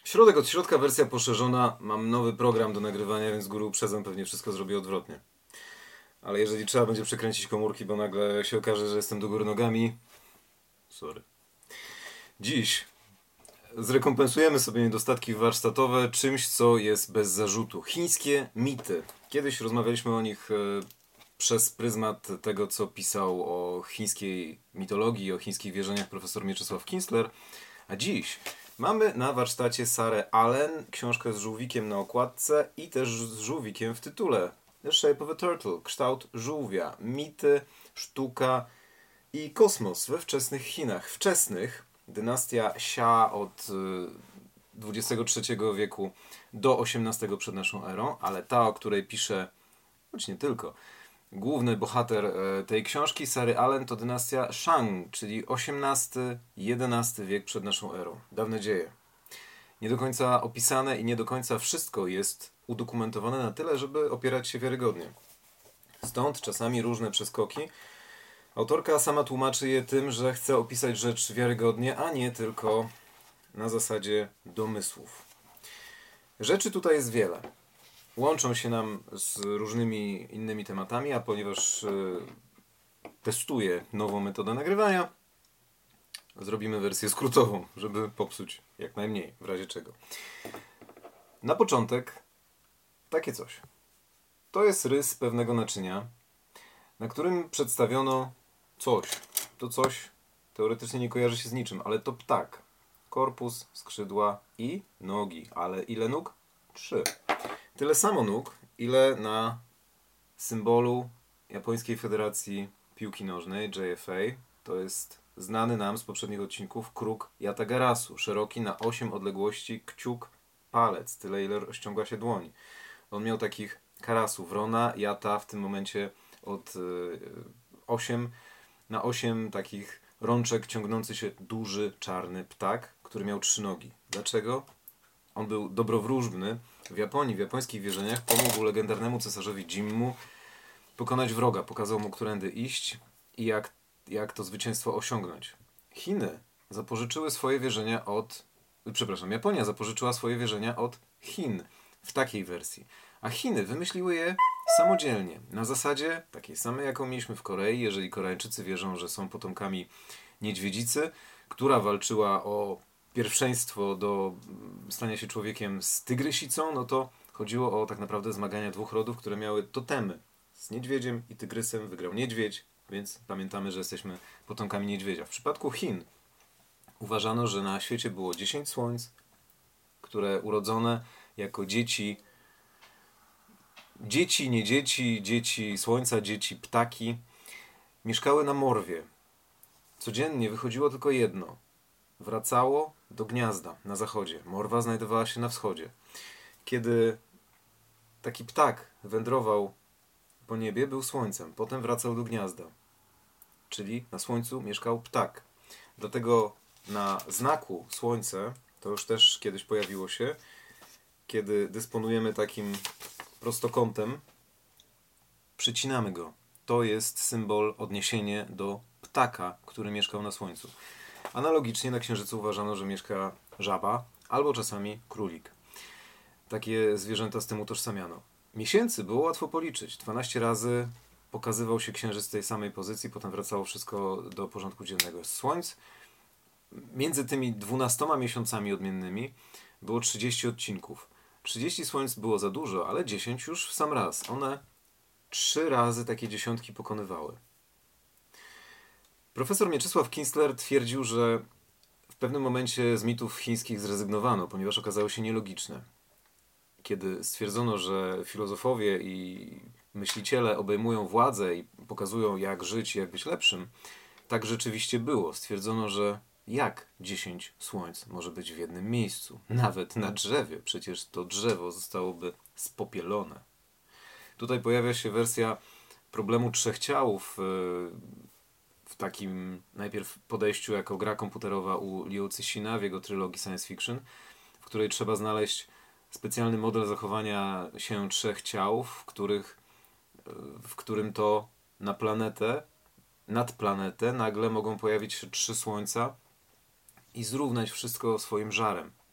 Środek od środka, wersja poszerzona. Mam nowy program do nagrywania, więc z góry uprzedzam, pewnie wszystko zrobię odwrotnie. Ale jeżeli trzeba będzie przekręcić komórki, bo nagle się okaże, że jestem do góry nogami... Sorry. Dziś zrekompensujemy sobie niedostatki warsztatowe czymś, co jest bez zarzutu. Chińskie mity. Kiedyś rozmawialiśmy o nich przez pryzmat tego, co pisał o chińskiej mitologii, o chińskich wierzeniach profesor Mieczysław Kinstler. A dziś mamy na warsztacie Sarę Allen, książkę z żółwikiem na okładce i też z żółwikiem w tytule. The Shape of a Turtle, kształt żółwia, mity, sztuka i kosmos we wczesnych Chinach. Wczesnych, dynastia Xia od XXIII wieku do XVIII przed naszą erą, ale ta, o której pisze, choć nie tylko, główny bohater tej książki, Sary Allen, to dynastia Shang, czyli XVIII-XI wiek przed naszą erą. Dawne dzieje. Nie do końca opisane i nie do końca wszystko jest udokumentowane na tyle, żeby opierać się wiarygodnie. Stąd czasami różne przeskoki. Autorka sama tłumaczy je tym, że chce opisać rzecz wiarygodnie, a nie tylko na zasadzie domysłów. Rzeczy tutaj jest wiele. Łączą się nam z różnymi innymi tematami, a ponieważ testuję nową metodę nagrywania, zrobimy wersję skrótową, żeby popsuć jak najmniej, w razie czego. Na początek takie coś. To jest rys pewnego naczynia, na którym przedstawiono coś. To coś teoretycznie nie kojarzy się z niczym, ale to ptak. Korpus, skrzydła i nogi. Ale ile nóg? 3. Tyle samo nóg, ile na symbolu Japońskiej Federacji Piłki Nożnej, JFA. To jest znany nam z poprzednich odcinków kruk Yatagarasu. Szeroki na 8 odległości kciuk, palec. Tyle, ile rozciąga się dłoń. On miał takich karasów. Rona, Yata w tym momencie od 8 na 8 takich rączek ciągnący się duży, czarny ptak, który miał 3 nogi. Dlaczego? On był dobrowróżbny. W Japonii, w japońskich wierzeniach pomógł legendarnemu cesarzowi Jimmu pokonać wroga. Pokazał mu, którędy iść i jak to zwycięstwo osiągnąć. Japonia zapożyczyła swoje wierzenia od Chin w takiej wersji. A Chiny wymyśliły je samodzielnie. Na zasadzie takiej samej, jaką mieliśmy w Korei. Jeżeli Koreańczycy wierzą, że są potomkami niedźwiedzicy, która walczyła o pierwszeństwo do stania się człowiekiem z tygrysicą, no to chodziło o tak naprawdę zmagania dwóch rodów, które miały totemy. Z niedźwiedziem i tygrysem wygrał niedźwiedź, więc pamiętamy, że jesteśmy potomkami niedźwiedzia. W przypadku Chin uważano, że na świecie było 10 słońc, które urodzone jako dzieci, nie dzieci, dzieci słońca, dzieci ptaki, mieszkały na morwie. Codziennie wychodziło tylko jedno. Wracało do gniazda na zachodzie. Morwa znajdowała się na wschodzie. Kiedy taki ptak wędrował po niebie, był słońcem. Potem wracał do gniazda. Czyli na słońcu mieszkał ptak. Dlatego na znaku słońce, to już też kiedyś pojawiło się, kiedy dysponujemy takim prostokątem, przycinamy go. To jest symbol, odniesienie do ptaka, który mieszkał na słońcu. Analogicznie na Księżycu uważano, że mieszka żaba albo czasami królik. Takie zwierzęta z tym utożsamiano. Miesięcy było łatwo policzyć. 12 razy pokazywał się Księżyc z tej samej pozycji, potem wracało wszystko do porządku dziennego. Słońc między tymi 12 miesiącami odmiennymi było 30 odcinków. 30 słońc było za dużo, ale 10 już w sam raz. One 3 razy takie dziesiątki pokonywały. Profesor Mieczysław Kinstler twierdził, że w pewnym momencie z mitów chińskich zrezygnowano, ponieważ okazały się nielogiczne. Kiedy stwierdzono, że filozofowie i myśliciele obejmują władzę i pokazują, jak żyć i jak być lepszym, tak rzeczywiście było. Stwierdzono, że jak 10 słońc może być w jednym miejscu? Nawet na drzewie. Przecież to drzewo zostałoby spopielone. Tutaj pojawia się wersja problemu trzech ciałów w takim najpierw podejściu jako gra komputerowa u Liu Cixina w jego trylogii science fiction, w której trzeba znaleźć specjalny model zachowania się trzech ciał, w którym to na planetę, nad planetę nagle mogą pojawić się 3 słońca i zrównać wszystko swoim żarem.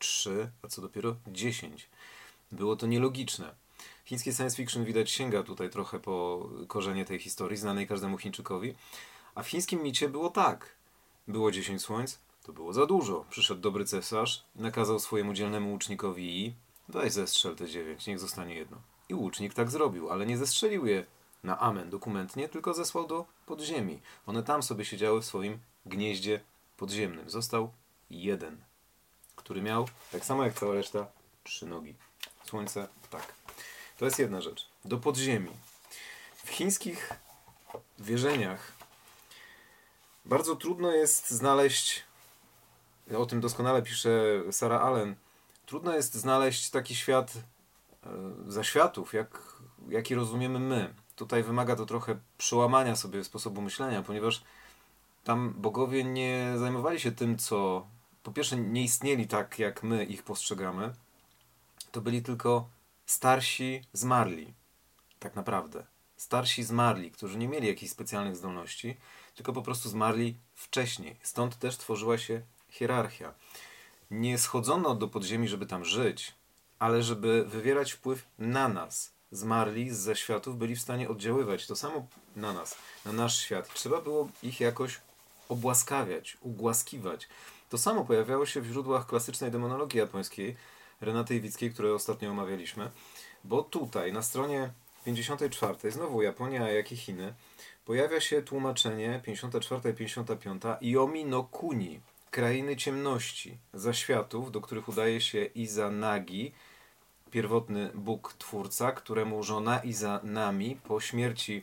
3, a co dopiero 10. Było to nielogiczne. Chińskie science fiction widać sięga tutaj trochę po korzenie tej historii, znanej każdemu Chińczykowi. A w chińskim micie było tak. Było 10 słońc, to było za dużo. Przyszedł dobry cesarz, nakazał swojemu dzielnemu łucznikowi daj zestrzel te 9, niech zostanie jedno. I łucznik tak zrobił, ale nie zestrzelił je na amen dokumentnie, tylko zesłał do podziemi. One tam sobie siedziały w swoim gnieździe podziemnym. Został jeden, który miał, tak samo jak cała reszta, 3 nogi. Słońce, tak. To jest jedna rzecz. Do podziemi. W chińskich wierzeniach bardzo trudno jest znaleźć, o tym doskonale pisze Sarah Allen, trudno jest znaleźć taki świat zaświatów, jaki rozumiemy my. Tutaj wymaga to trochę przełamania sobie sposobu myślenia, ponieważ tam bogowie nie zajmowali się tym, co po pierwsze nie istnieli tak, jak my ich postrzegamy. To byli tylko starsi zmarli. Tak naprawdę. Starsi zmarli, którzy nie mieli jakichś specjalnych zdolności, tylko po prostu zmarli wcześniej. Stąd też tworzyła się hierarchia. Nie schodzono do podziemi, żeby tam żyć, ale żeby wywierać wpływ na nas. Zmarli z zaświatów byli w stanie oddziaływać to samo na nas, na nasz świat. Trzeba było ich jakoś obłaskawiać, ugłaskiwać. To samo pojawiało się w źródłach klasycznej demonologii japońskiej, Renaty Iwickiej, które ostatnio omawialiśmy, bo tutaj na stronie 54, znowu Japonia, jak i Chiny, pojawia się tłumaczenie 54 i 55 Yomi no Kuni, krainy ciemności, zaświatów, do których udaje się Izanagi, pierwotny Bóg Twórca, któremu żona Izanami po śmierci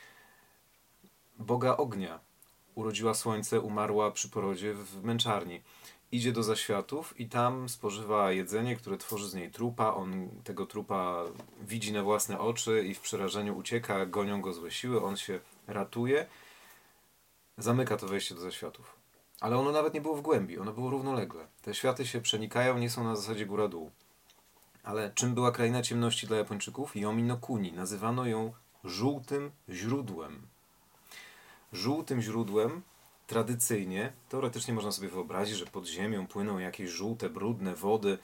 Boga Ognia urodziła słońce, umarła przy porodzie w męczarni. Idzie do zaświatów i tam spożywa jedzenie, które tworzy z niej trupa. On tego trupa widzi na własne oczy i w przerażeniu ucieka, gonią go złe siły, on się ratuje. Zamyka to wejście do zaświatów. Ale ono nawet nie było w głębi, ono było równolegle. Te światy się przenikają, nie są na zasadzie góra-dół. Ale czym była kraina ciemności dla Japończyków? Yomi no Kuni. Nazywano ją żółtym źródłem. Żółtym źródłem tradycyjnie, teoretycznie można sobie wyobrazić, że pod ziemią płyną jakieś żółte, brudne wody,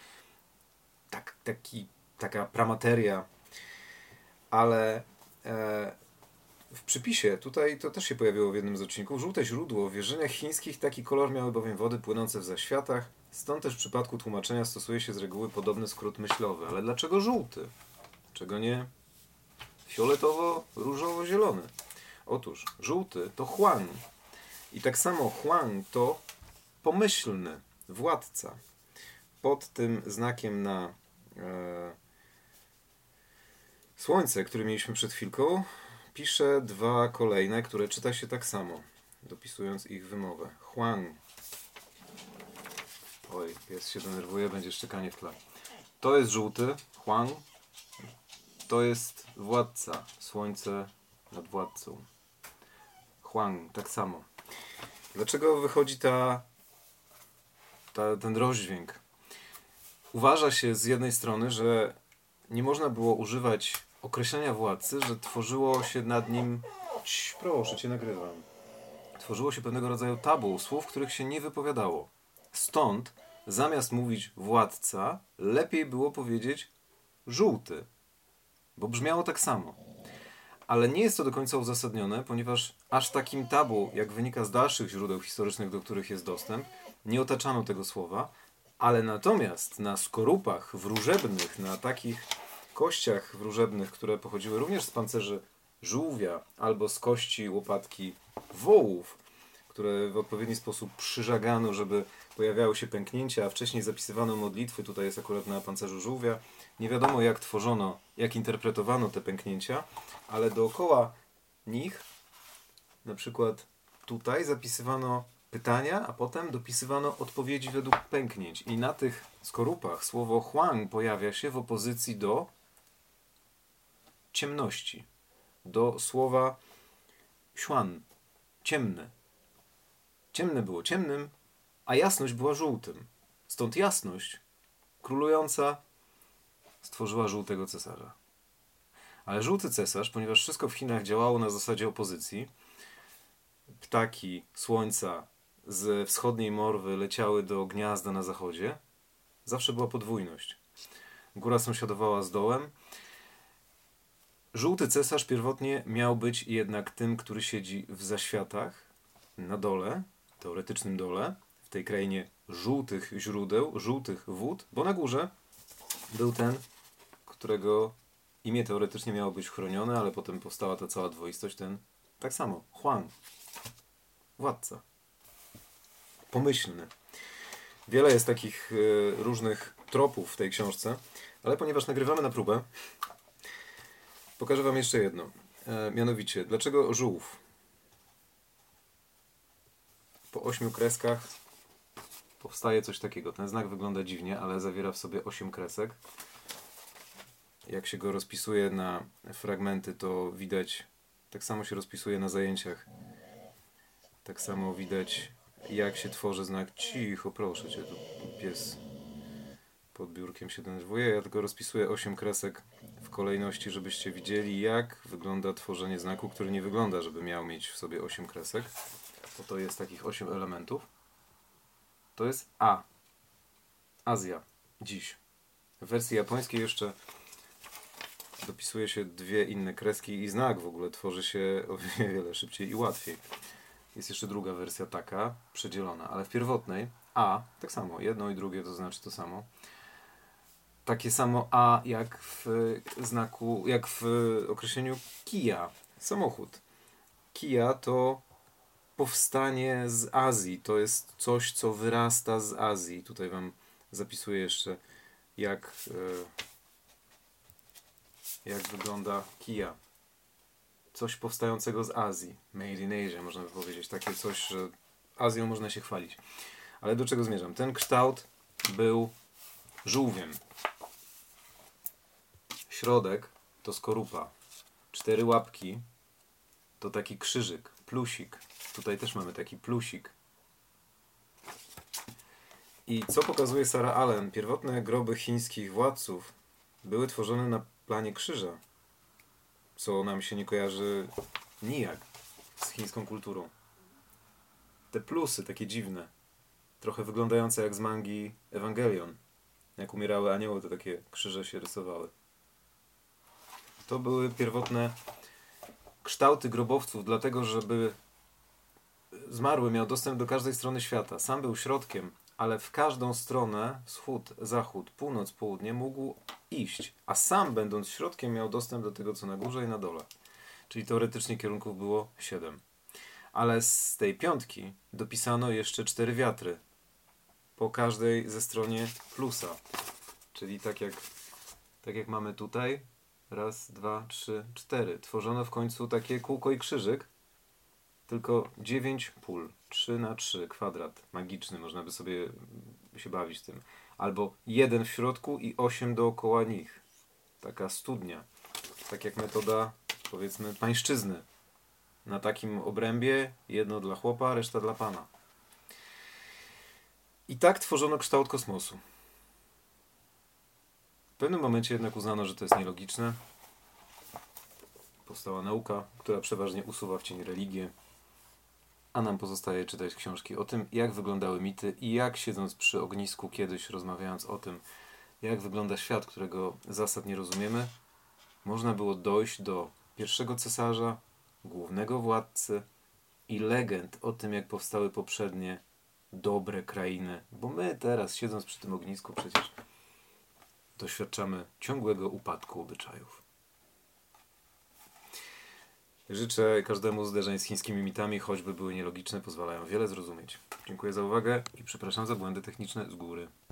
taka pramateria, ale w przypisie, tutaj to też się pojawiło w jednym z odcinków, żółte źródło. W wierzeniach chińskich taki kolor miały bowiem wody płynące w zaświatach, stąd też w przypadku tłumaczenia stosuje się z reguły podobny skrót myślowy. Ale dlaczego żółty? Czego nie fioletowo-różowo-zielony? Otóż żółty to Huang. I tak samo Huang to pomyślny władca. Pod tym znakiem na słońce, który mieliśmy przed chwilką, piszę 2 kolejne, które czyta się tak samo, dopisując ich wymowę. Huang. Oj, pies się denerwuje, będzie szczekanie w tle. To jest żółty, Huang. To jest władca, słońce nad władcą. Huang, tak samo. Dlaczego wychodzi ten rozdźwięk? Uważa się z jednej strony, że nie można było używać określenia władcy, że tworzyło się nad nim... Proszę, cię nagrywam. Tworzyło się pewnego rodzaju tabu, słów, których się nie wypowiadało. Stąd, zamiast mówić władca, lepiej było powiedzieć żółty, bo brzmiało tak samo. Ale nie jest to do końca uzasadnione, ponieważ aż takim tabu, jak wynika z dalszych źródeł historycznych, do których jest dostęp, nie otaczano tego słowa, ale natomiast na skorupach wróżebnych, na takich kościach wróżebnych, które pochodziły również z pancerzy żółwia albo z kości łopatki wołów, które w odpowiedni sposób przyżagano, żeby pojawiały się pęknięcia, a wcześniej zapisywano modlitwy, tutaj jest akurat na pancerzu żółwia. Nie wiadomo jak tworzono, jak interpretowano te pęknięcia, ale dookoła nich, na przykład tutaj zapisywano pytania, a potem dopisywano odpowiedzi według pęknięć. I na tych skorupach słowo Huang pojawia się w opozycji do ciemności, do słowa Xuan, ciemne. Ciemne było ciemnym, a jasność była żółtym. Stąd jasność królująca stworzyła żółtego cesarza. Ale żółty cesarz, ponieważ wszystko w Chinach działało na zasadzie opozycji, ptaki słońca z wschodniej morwy leciały do gniazda na zachodzie, Zawsze była podwójność. Góra sąsiadowała z dołem. Żółty cesarz pierwotnie miał być jednak tym, który siedzi w zaświatach, na dole, teoretycznym dole, w tej krainie żółtych źródeł, żółtych wód, bo na górze był ten, którego imię teoretycznie miało być chronione, ale potem powstała ta cała dwoistość, ten tak samo, Huang, władca, pomyślny. Wiele jest takich różnych tropów w tej książce, ale ponieważ nagrywamy na próbę, pokażę wam jeszcze jedno. Mianowicie, dlaczego żółw? Po 8 kreskach powstaje coś takiego. Ten znak wygląda dziwnie, ale zawiera w sobie 8 kresek. Jak się go rozpisuje na fragmenty, to widać, tak samo się rozpisuje na zajęciach. Tak samo widać, jak się tworzy znak. Cicho, proszę cię, tu pies pod biurkiem się denerwuje. Ja tylko rozpisuję 8 kresek w kolejności, żebyście widzieli, jak wygląda tworzenie znaku, który nie wygląda, żeby miał mieć w sobie 8 kresek. Bo to jest takich 8 elementów. To jest A. Azja. Dziś. W wersji japońskiej jeszcze dopisuje się 2 inne kreski i znak w ogóle tworzy się o wiele szybciej i łatwiej. Jest jeszcze druga wersja taka, przedzielona, ale w pierwotnej A, tak samo, jedno i drugie to znaczy to samo. Takie samo A jak w znaku, jak w określeniu Kia, samochód. Kia to powstanie z Azji, to jest coś, co wyrasta z Azji. Tutaj wam zapisuję jeszcze, jak wygląda Kia. Coś powstającego z Azji. Made in Asia, można by powiedzieć. Takie coś, że Azją można się chwalić. Ale do czego zmierzam? Ten kształt był żółwiem. Środek to skorupa. 4 łapki to taki krzyżyk, plusik. Tutaj też mamy taki plusik. I co pokazuje Sarah Allen? Pierwotne groby chińskich władców były tworzone na planie krzyża. Co nam się nie kojarzy nijak z chińską kulturą. Te plusy, takie dziwne, trochę wyglądające jak z mangi Ewangelion. Jak umierały anioły, to takie krzyże się rysowały. To były pierwotne kształty grobowców, dlatego żeby zmarły miał dostęp do każdej strony świata. Sam był środkiem, ale w każdą stronę, wschód, zachód, północ, południe, mógł iść. A sam, będąc środkiem, miał dostęp do tego, co na górze i na dole. Czyli teoretycznie kierunków było 7. Ale z tej 5 dopisano jeszcze 4 wiatry. Po każdej ze stronie plusa. Czyli tak jak mamy tutaj. Raz, 2, 3, 4. Tworzono w końcu takie kółko i krzyżyk. Tylko 9 pól. 3 na 3 kwadrat. Magiczny. Można by sobie się bawić tym. Albo 1 w środku i 8 dookoła nich. Taka studnia. Tak jak metoda, powiedzmy, pańszczyzny. Na takim obrębie jedno dla chłopa, reszta dla pana. I tak tworzono kształt kosmosu. W pewnym momencie jednak uznano, że to jest nielogiczne. Powstała nauka, która przeważnie usuwa w cień religię. A nam pozostaje czytać książki o tym, jak wyglądały mity i jak, siedząc przy ognisku kiedyś, rozmawiając o tym, jak wygląda świat, którego zasad nie rozumiemy, można było dojść do pierwszego cesarza, głównego władcy i legend o tym, jak powstały poprzednie dobre krainy. Bo my teraz, siedząc przy tym ognisku, przecież doświadczamy ciągłego upadku obyczajów. Życzę każdemu zderzeń z chińskimi mitami, choćby były nielogiczne, pozwalają wiele zrozumieć. Dziękuję za uwagę i przepraszam za błędy techniczne z góry.